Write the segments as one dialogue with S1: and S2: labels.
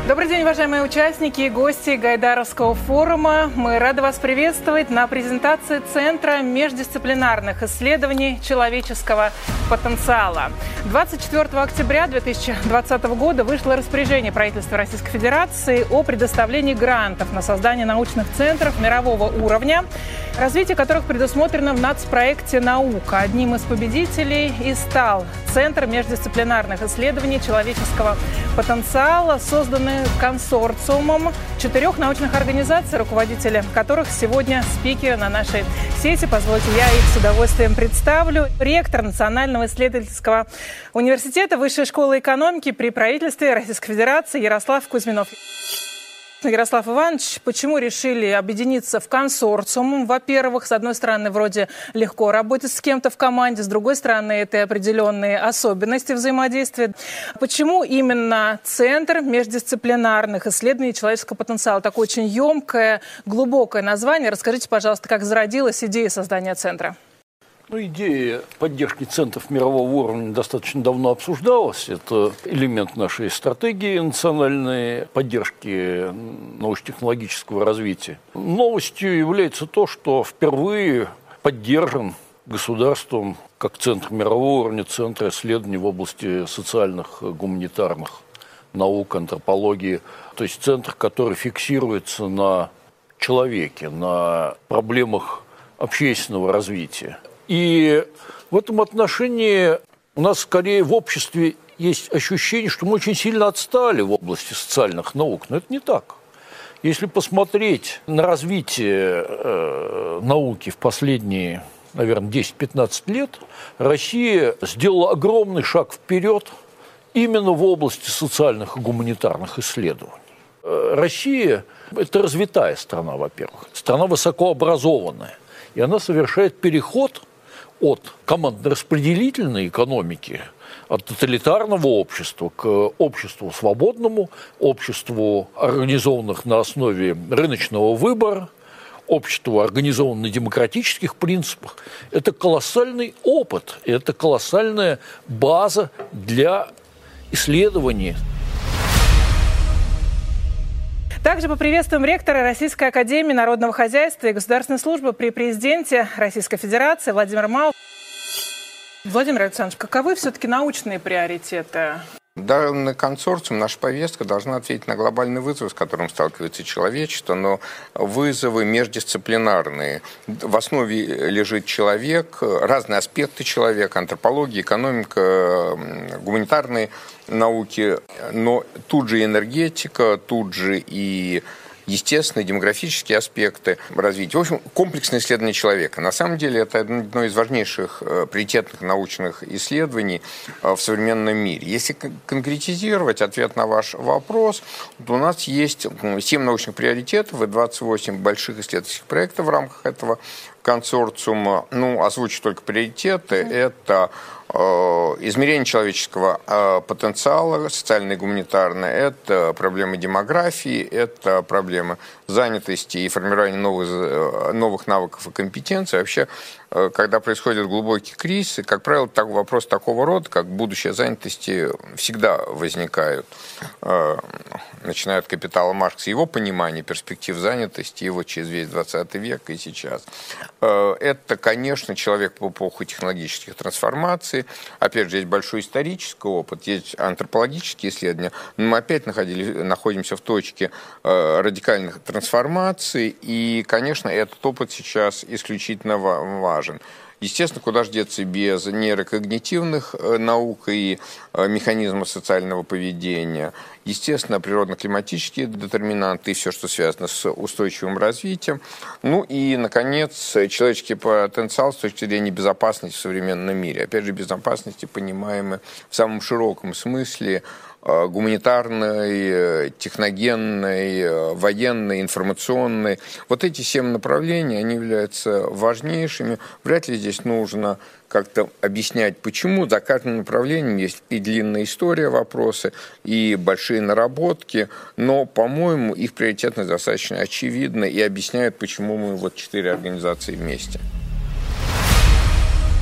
S1: Добрый день, уважаемые участники и гости Гайдаровского форума. Мы рады вас приветствовать на презентации Центра междисциплинарных исследований человеческого потенциала. 24 октября 2020 года вышло распоряжение правительства Российской Федерации о предоставлении грантов на создание научных центров мирового уровня, развитие которых предусмотрено в нацпроекте «Наука». Одним из победителей и стал Центр междисциплинарных исследований человеческого потенциала, созданный консорциумом 4 научных организаций, руководители которых сегодня спикеры на нашей сети. Позвольте, я их с удовольствием представлю. Ректор Национального исследовательского университета Высшей школы экономики при правительстве Российской Федерации Ярослав Кузьминов. Ярослав Иванович, почему решили объединиться в консорциум? Во-первых, с одной стороны, вроде легко работать с кем-то в команде, с другой стороны, это определенные особенности взаимодействия. Почему именно Центр междисциплинарных исследований человеческого потенциала? Такое очень емкое, глубокое название. Расскажите, пожалуйста, как зародилась идея создания центра?
S2: Идея поддержки центров мирового уровня достаточно давно обсуждалась. Это элемент нашей стратегии национальной поддержки научно-технологического развития. Новостью является то, что впервые поддержан государством как центр мирового уровня, центр исследований в области социальных, гуманитарных наук, антропологии. То есть центр, который фиксируется на человеке, на проблемах общественного развития. И в этом отношении у нас скорее в обществе есть ощущение, что мы очень сильно отстали в области социальных наук. Но это не так. Если посмотреть на развитие науки в последние, наверное, 10-15 лет, Россия сделала огромный шаг вперед именно в области социальных и гуманитарных исследований. Россия – это развитая страна, во-первых, страна высокообразованная. И она совершает переход от командно-распределительной экономики, от тоталитарного общества к обществу свободному, обществу, организованных на основе рыночного выбора, обществу, организованном на демократических принципах. Это колоссальный опыт, это колоссальная база для исследований.
S1: Также поприветствуем ректора Российской академии народного хозяйства и государственной службы при президенте Российской Федерации Владимира Малова. Владимир Александрович, каковы все-таки научные приоритеты?
S3: Данный консорциум, наша повестка должна ответить на глобальный вызов, с которым сталкивается человечество, но вызовы междисциплинарные. В основе лежит человек, разные аспекты человека, антропология, экономика, гуманитарные науки, но тут же и энергетика, тут же и естественные, демографические аспекты развития. В общем, комплексное исследование человека. На самом деле, это одно из важнейших приоритетных научных исследований в современном мире. Если конкретизировать ответ на ваш вопрос, то у нас есть 7 научных приоритетов и 28 больших исследовательских проектов в рамках этого консорциума. Озвучу только приоритеты. Это измерение человеческого потенциала, социально и гуманитарное, это проблемы демографии, это проблемы занятости и формирования новых навыков и компетенций. Вообще, когда происходят глубокие кризисы, как правило, вопрос такого рода, как будущее занятости, всегда возникают. Начиная от «Капитала» Маркса, его понимание перспектив занятости, его через весь 20 век и сейчас. Это, конечно, человек в эпоху технологических трансформаций. Опять же, есть большой исторический опыт, есть антропологические исследования. Но мы опять находимся в точке радикальных трансформаций. И, конечно, этот опыт сейчас исключительно важен. Естественно, куда же деться без нейрокогнитивных наук и механизмов социального поведения. Естественно, природно-климатические детерминанты и все, что связано с устойчивым развитием. И, наконец, человеческий потенциал с точки зрения безопасности в современном мире. Опять же, безопасности, понимаемой в самом широком смысле, гуманитарной, техногенной, военной, информационной. Вот эти 7 направлений, они являются важнейшими. Вряд ли здесь нужно как-то объяснять, почему. За каждым направлением есть и длинная история вопроса, и большие наработки, но, по-моему, их приоритетность достаточно очевидна и объясняет, почему мы 4 организации вместе.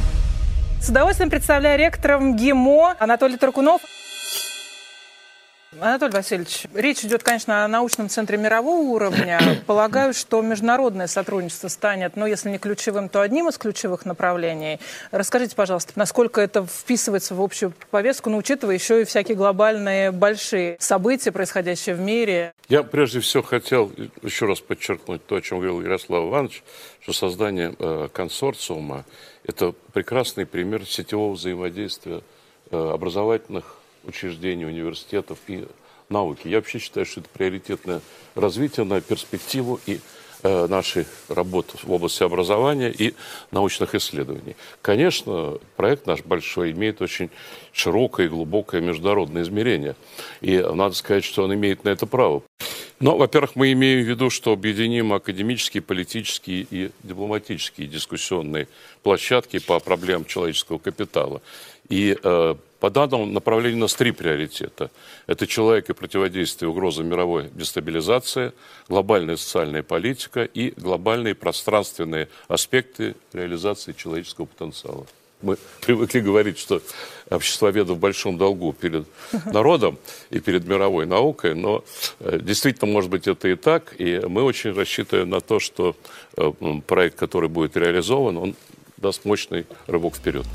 S1: С удовольствием представляю ректора МГИМО Анатолий Таркунов. Анатолий Васильевич, речь идет, конечно, о научном центре мирового уровня. Полагаю, что международное сотрудничество станет, если не ключевым, то одним из ключевых направлений. Расскажите, пожалуйста, насколько это вписывается в общую повестку, учитывая еще и всякие глобальные большие события, происходящие в мире?
S4: Я прежде всего хотел еще раз подчеркнуть то, о чем говорил Ярослав Иванович, что создание консорциума – это прекрасный пример сетевого взаимодействия образовательных учреждений, университетов и науки. Я вообще считаю, что это приоритетное развитие на перспективу и нашей работы в области образования и научных исследований. Конечно, проект наш большой имеет очень широкое и глубокое международное измерение. И надо сказать, что он имеет на это право. Но, во-первых, мы имеем в виду, что объединим академические, политические и дипломатические дискуссионные площадки по проблемам человеческого капитала. И по данному направлению у нас 3 приоритета. Это человек и противодействие угрозам мировой дестабилизации, глобальная социальная политика и глобальные пространственные аспекты реализации человеческого потенциала. Мы привыкли говорить, что обществоведы в большом долгу перед народом и перед мировой наукой, но действительно, может быть, это и так. И мы очень рассчитываем на то, что проект, который будет реализован, он даст мощный рывок вперед.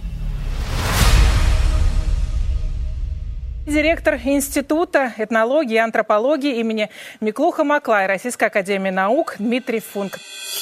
S1: Директор Института этнологии и антропологии имени Миклуха Маклая Российской академии наук Дмитрий Функ.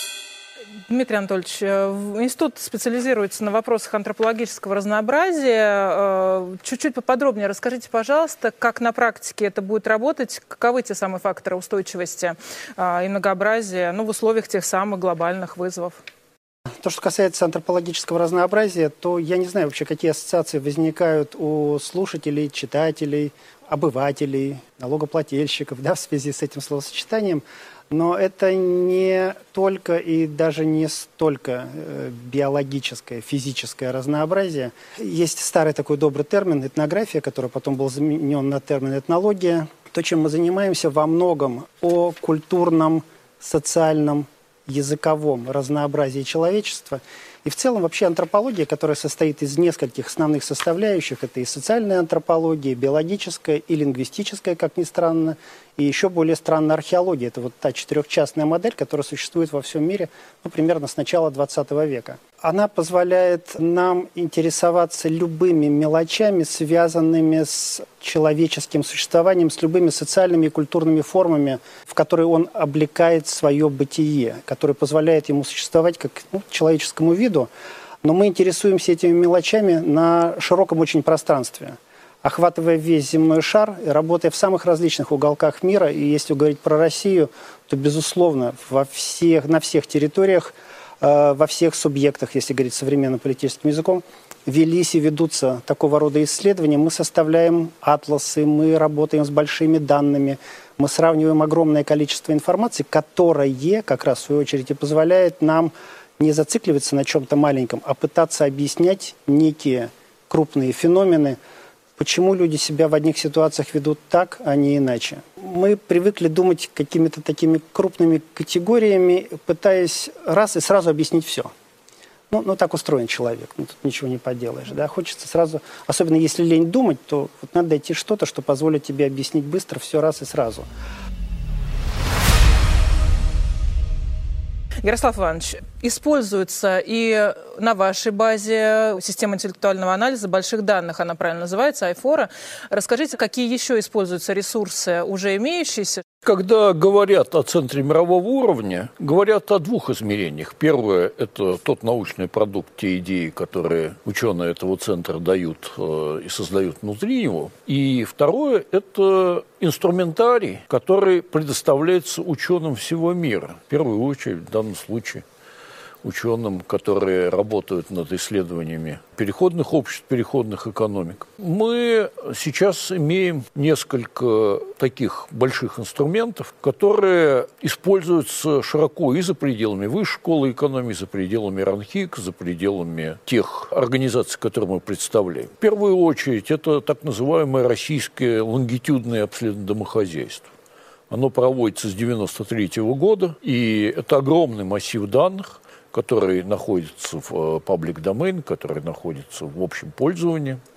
S1: Дмитрий Анатольевич, институт специализируется на вопросах антропологического разнообразия. Чуть-чуть поподробнее расскажите, пожалуйста, как на практике это будет работать, каковы те самые факторы устойчивости и многообразия в условиях тех самых глобальных вызовов?
S5: То, что касается антропологического разнообразия, то я не знаю вообще, какие ассоциации возникают у слушателей, читателей, обывателей, налогоплательщиков, в связи с этим словосочетанием. Но это не только и даже не столько биологическое, физическое разнообразие. Есть старый такой добрый термин этнография, который потом был заменен на термин этнология. То, чем мы занимаемся, во многом о культурном, социальном, языковом разнообразии человечества. И в целом вообще антропология, которая состоит из нескольких основных составляющих, это и социальная антропология, и биологическая, и лингвистическая, как ни странно, и еще более странно археология. Это вот та 4-частная модель, которая существует во всем мире примерно с начала 20 века. Она позволяет нам интересоваться любыми мелочами, связанными с человеческим существованием, с любыми социальными и культурными формами, в которые он облекает свое бытие, которые позволяют ему существовать как человеческому виду. Но мы интересуемся этими мелочами на широком очень пространстве, охватывая весь земной шар, работая в самых различных уголках мира. И если говорить про Россию, то, безусловно, на всех территориях, во всех субъектах, если говорить современным политическим языком, велись и ведутся такого рода исследования. Мы составляем атласы, мы работаем с большими данными, мы сравниваем огромное количество информации, которое как раз, в свою очередь, и позволяет нам не зацикливаться на чем-то маленьком, а пытаться объяснять некие крупные феномены, почему люди себя в одних ситуациях ведут так, а не иначе. Мы привыкли думать какими-то такими крупными категориями, пытаясь раз и сразу объяснить все. Так устроен человек, тут ничего не поделаешь. Да? Хочется сразу, особенно если лень думать, то надо найти что-то, что позволит тебе объяснить быстро все раз и сразу.
S1: Ярослав Иванович, используется и на вашей базе система интеллектуального анализа больших данных, она правильно называется, Айфора. Расскажите, какие еще используются ресурсы, уже имеющиеся?
S2: Когда говорят о центре мирового уровня, говорят о 2 измерениях. Первое – это тот научный продукт, те идеи, которые ученые этого центра дают и создают внутри него. И второе – это инструментарий, который предоставляется ученым всего мира. В первую очередь, в данном случае, ученым, которые работают над исследованиями переходных обществ, переходных экономик. Мы сейчас имеем несколько таких больших инструментов, которые используются широко и за пределами Высшей школы экономии, за пределами РАНХИК, за пределами тех организаций, которые мы представляем. В первую очередь, это так называемое российское лонгитюдное обследование домохозяйств. Оно проводится с 1993 года, и это огромный массив данных, который находится в паблик-домен, который находится в общем пользовании.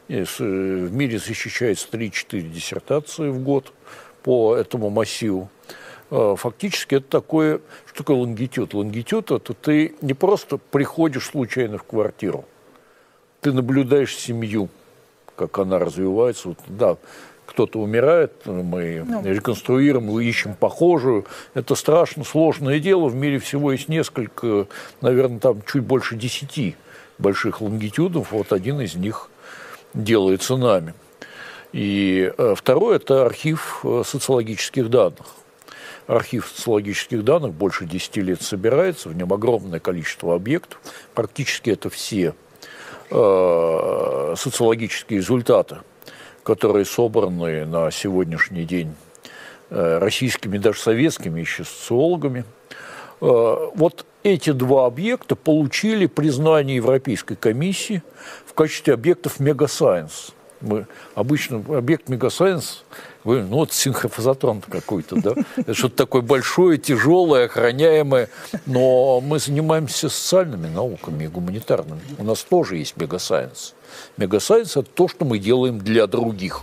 S2: В мире защищается 3-4 диссертации в год по этому массиву. Фактически это такое, что такое лонгитюд? Лонгитюд – это ты не просто приходишь случайно в квартиру, ты наблюдаешь семью, как она развивается. Вот, да, кто-то умирает, мы реконструируем, мы ищем похожую. Это страшно сложное дело. В мире всего есть несколько, наверное, там чуть больше 10 больших лонгитюдов. Вот один из них делается нами. И второе – это архив социологических данных. Архив социологических данных больше 10 лет собирается, в нем огромное количество объектов. Практически это все социологические результаты, которые собраны на сегодняшний день российскими, даже советскими еще социологами. Вот эти два объекта получили признание Европейской комиссии в качестве объектов мегасайенс. Мы обычно объект мегасайенс, ну вот синхрофазотрон какой-то, да? Это что-то такое большое, тяжелое, охраняемое. Но мы занимаемся социальными науками и гуманитарными. У нас тоже есть мегасайенс. Мегасайенс – это то, что мы делаем для других.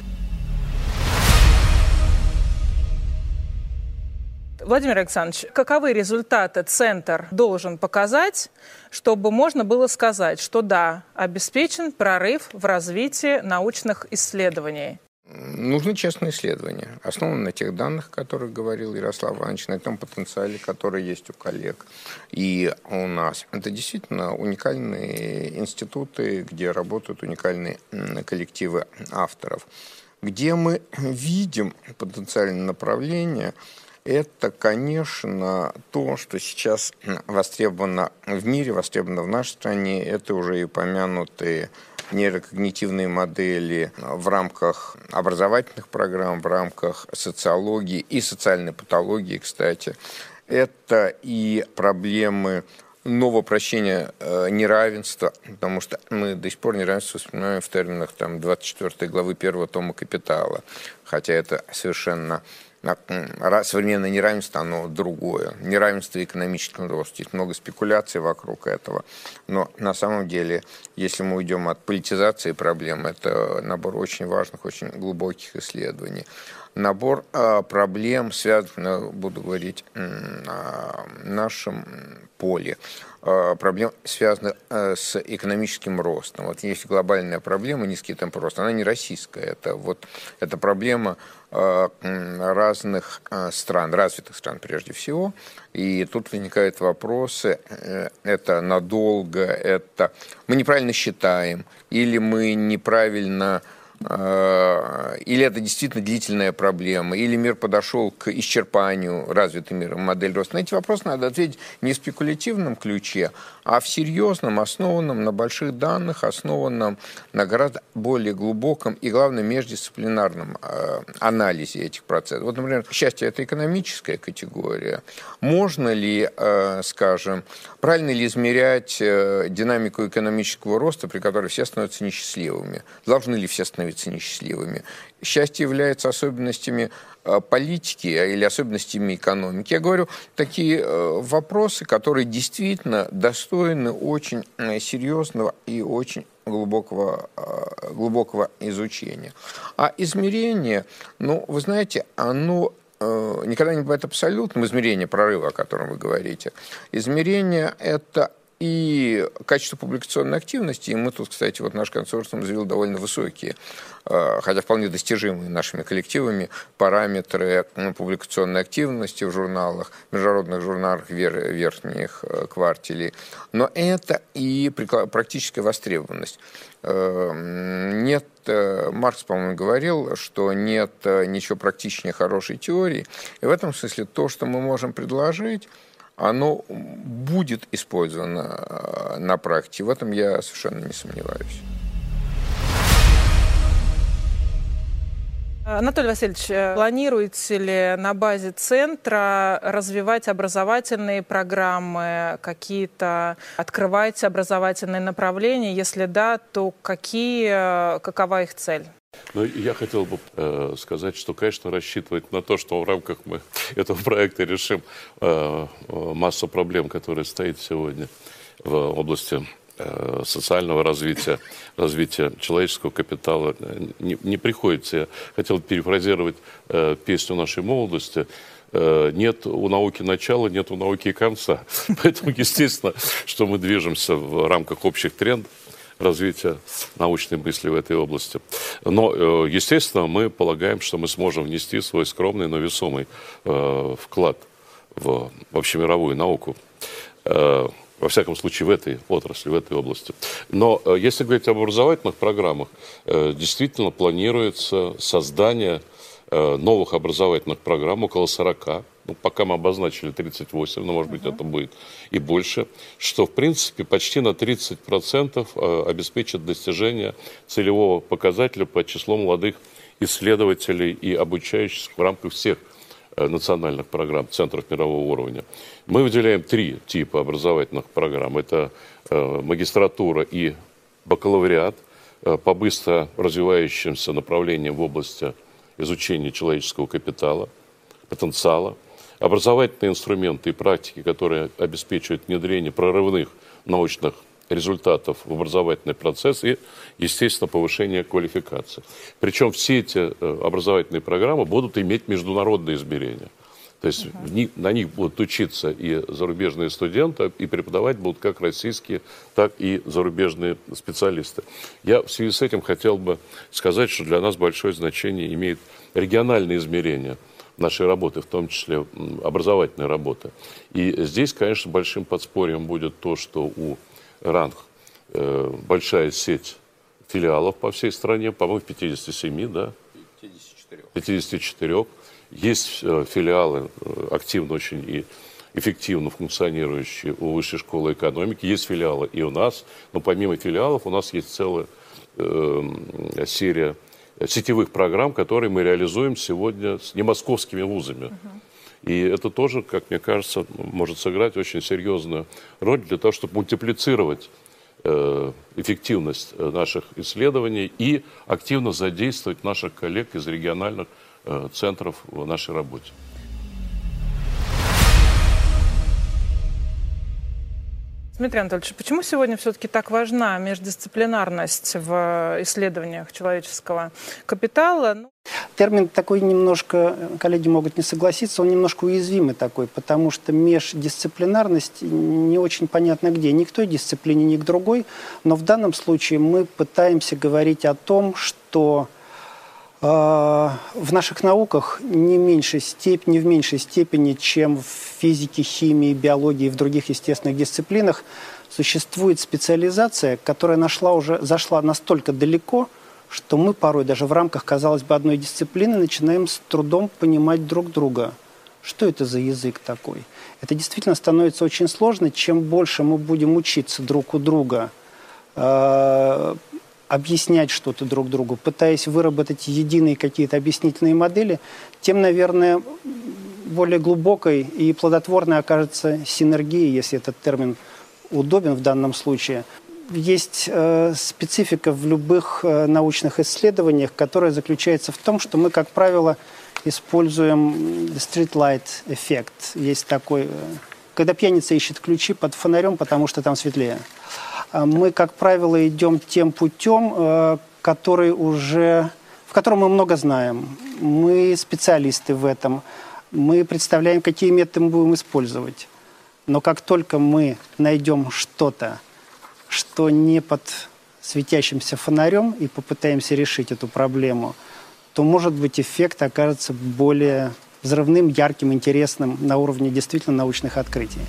S1: Владимир Александрович, каковы результаты Центр должен показать, чтобы можно было сказать, что да, обеспечен прорыв в развитии научных исследований?
S3: Нужны честные исследования, основанные на тех данных, о которых говорил Ярослав Иванович, на том потенциале, который есть у коллег и у нас. Это действительно уникальные институты, где работают уникальные коллективы авторов. Где мы видим потенциальное направление, это, конечно, то, что сейчас востребовано в мире, востребовано в нашей стране. Это уже и упомянутые нейрокогнитивные модели в рамках образовательных программ, в рамках социологии и социальной патологии, кстати. Это и проблемы нового прощения неравенства, потому что мы до сих пор неравенство вспоминаем в терминах 24 главы 1 тома «Капитала», хотя это совершенно... Современное неравенство, оно другое. Неравенство в экономическом росте. Есть много спекуляций вокруг этого. Но на самом деле, если мы уйдем от политизации проблем, это набор очень важных, очень глубоких исследований. Набор проблем, связанных, буду говорить, о нашем поле. Проблем, связанных с экономическим ростом. Вот есть глобальная проблема, низкий темп роста. Она не российская. Это проблема разных стран, развитых стран прежде всего. И тут возникают вопросы, это надолго, это мы неправильно считаем, или мы неправильно... Или это действительно длительная проблема, или мир подошел к исчерпанию, развитый мир, модель роста. На эти вопросы надо ответить не в спекулятивном ключе, а в серьезном, основанном на больших данных, основанном на гораздо более глубоком и, главное, междисциплинарном анализе этих процессов. Вот, например, счастье – это экономическая категория. Можно ли, скажем, правильно ли измерять динамику экономического роста, при которой все становятся несчастливыми? Должны ли все становиться несчастливыми? Счастье является особенностями политики или особенностями экономики. Я говорю такие вопросы, которые действительно достойны очень серьезного и очень глубокого изучения. А измерение, вы знаете, оно никогда не бывает абсолютным, измерение прорыва, о котором вы говорите. Измерение – это и качество публикационной активности, и мы тут, кстати, наш консорциум заявил довольно высокие, хотя вполне достижимые нашими коллективами, параметры публикационной активности в журналах, международных журналах верхних квартилей. Но это и практическая востребованность. Нет, Маркс, по-моему, говорил, что нет ничего практичнее хорошей теории. И в этом смысле то, что мы можем предложить, оно будет использовано на практике. В этом я совершенно не сомневаюсь.
S1: Анатолий Васильевич, планируете ли на базе центра развивать образовательные программы, какие-то открывать образовательные направления? Если да, то какова их цель?
S4: Я хотел бы сказать, что, конечно, рассчитывать на то, что в рамках этого проекта решим массу проблем, которые стоят сегодня в области социального развития, развития человеческого капитала не приходится. Я хотел перефразировать песню нашей молодости. Нет у науки начала, нет у науки и конца. Поэтому, естественно, что мы движемся в рамках общих трендов развития научной мысли в этой области. Но, естественно, мы полагаем, что мы сможем внести свой скромный, но весомый вклад в общемировую науку. Во всяком случае, в этой отрасли, в этой области. Но если говорить об образовательных программах, действительно планируется создание новых образовательных программ, около 40. Ну, пока мы обозначили 38, но, может быть, это будет и больше, что, в принципе, почти на 30% обеспечит достижение целевого показателя по числу молодых исследователей и обучающихся в рамках всех национальных программ, центров мирового уровня. Мы выделяем 3 типа образовательных программ. Это магистратура и бакалавриат по быстро развивающимся направлениям в области изучения человеческого капитала, потенциала, образовательные инструменты и практики, которые обеспечивают внедрение прорывных научных результатов в образовательный процесс и, естественно, повышение квалификации. Причем все эти образовательные программы будут иметь международные измерения. То есть на них будут учиться и зарубежные студенты, и преподавать будут как российские, так и зарубежные специалисты. Я в связи с этим хотел бы сказать, что для нас большое значение имеет региональные измерения нашей работы, в том числе образовательной работы. И здесь, конечно, большим подспорьем будет то, что у РАНХ большая сеть филиалов по всей стране, по-моему, в 57, да? 54. Есть филиалы, активно очень и эффективно функционирующие у Высшей школы экономики. Есть филиалы и у нас. Но помимо филиалов у нас есть целая серия сетевых программ, которые мы реализуем сегодня с немосковскими вузами. И это тоже, как мне кажется, может сыграть очень серьезную роль для того, чтобы мультиплицировать эффективность наших исследований и активно задействовать наших коллег из региональных центров в нашей работе.
S1: Дмитрий Анатольевич, почему сегодня все-таки так важна междисциплинарность в исследованиях человеческого капитала?
S5: Термин такой немножко, коллеги могут не согласиться, он немножко уязвимый такой, потому что междисциплинарность не очень понятно где, ни к той дисциплине, ни к другой, но в данном случае мы пытаемся говорить о том, что в наших науках не в меньшей степени, чем в физике, химии, биологии и в других естественных дисциплинах, существует специализация, которая зашла настолько далеко, что мы порой даже в рамках, казалось бы, одной дисциплины начинаем с трудом понимать друг друга. Что это за язык такой? Это действительно становится очень сложно. Чем больше мы будем учиться друг у друга, объяснять что-то друг другу, пытаясь выработать единые какие-то объяснительные модели, тем, наверное, более глубокой и плодотворной окажется синергия, если этот термин удобен в данном случае. Есть специфика в любых научных исследованиях, которая заключается в том, что мы, как правило, используем street light эффект. Есть такой, когда пьяница ищет ключи под фонарем, потому что там светлее. Мы, как правило, идем тем путем, в котором мы много знаем. Мы специалисты в этом. Мы представляем, какие методы мы будем использовать. Но как только мы найдем что-то, что не под светящимся фонарем, и попытаемся решить эту проблему, то, может быть, эффект окажется более взрывным, ярким, интересным на уровне действительно научных открытий.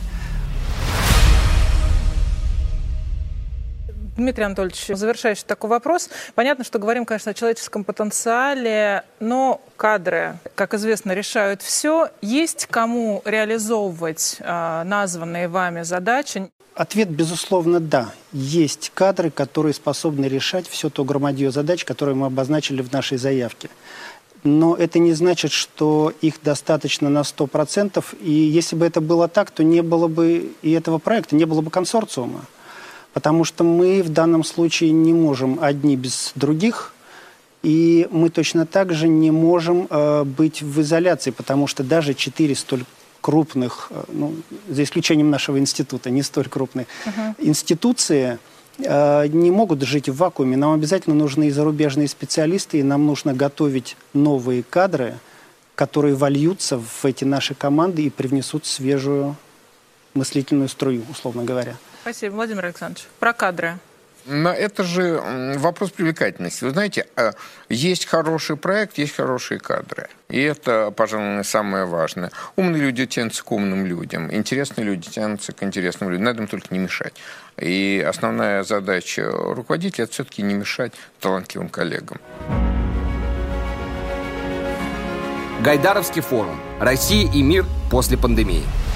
S1: Дмитрий Анатольевич, завершающий такой вопрос. Понятно, что говорим, конечно, о человеческом потенциале, но кадры, как известно, решают все. Есть кому реализовывать названные вами задачи?
S5: Ответ, безусловно, да. Есть кадры, которые способны решать все то громадье задач, которые мы обозначили в нашей заявке. Но это не значит, что их достаточно на 100%. И если бы это было так, то не было бы и этого проекта, не было бы консорциума. Потому что мы в данном случае не можем одни без других, и мы точно так же не можем быть в изоляции, потому что даже 4 столь крупных, за исключением нашего института, не столь крупные институции не могут жить в вакууме. Нам обязательно нужны и зарубежные специалисты, и нам нужно готовить новые кадры, которые вольются в эти наши команды и привнесут свежую мыслительную струю, условно говоря.
S1: Спасибо, Владимир Александрович. Про кадры.
S3: Но это же вопрос привлекательности. Вы знаете, есть хороший проект, есть хорошие кадры. И это, пожалуй, самое важное. Умные люди тянутся к умным людям. Интересные люди тянутся к интересным людям. Надо им только не мешать. И основная задача руководителя – это все-таки не мешать талантливым коллегам.
S6: Гайдаровский форум. Россия и мир после пандемии.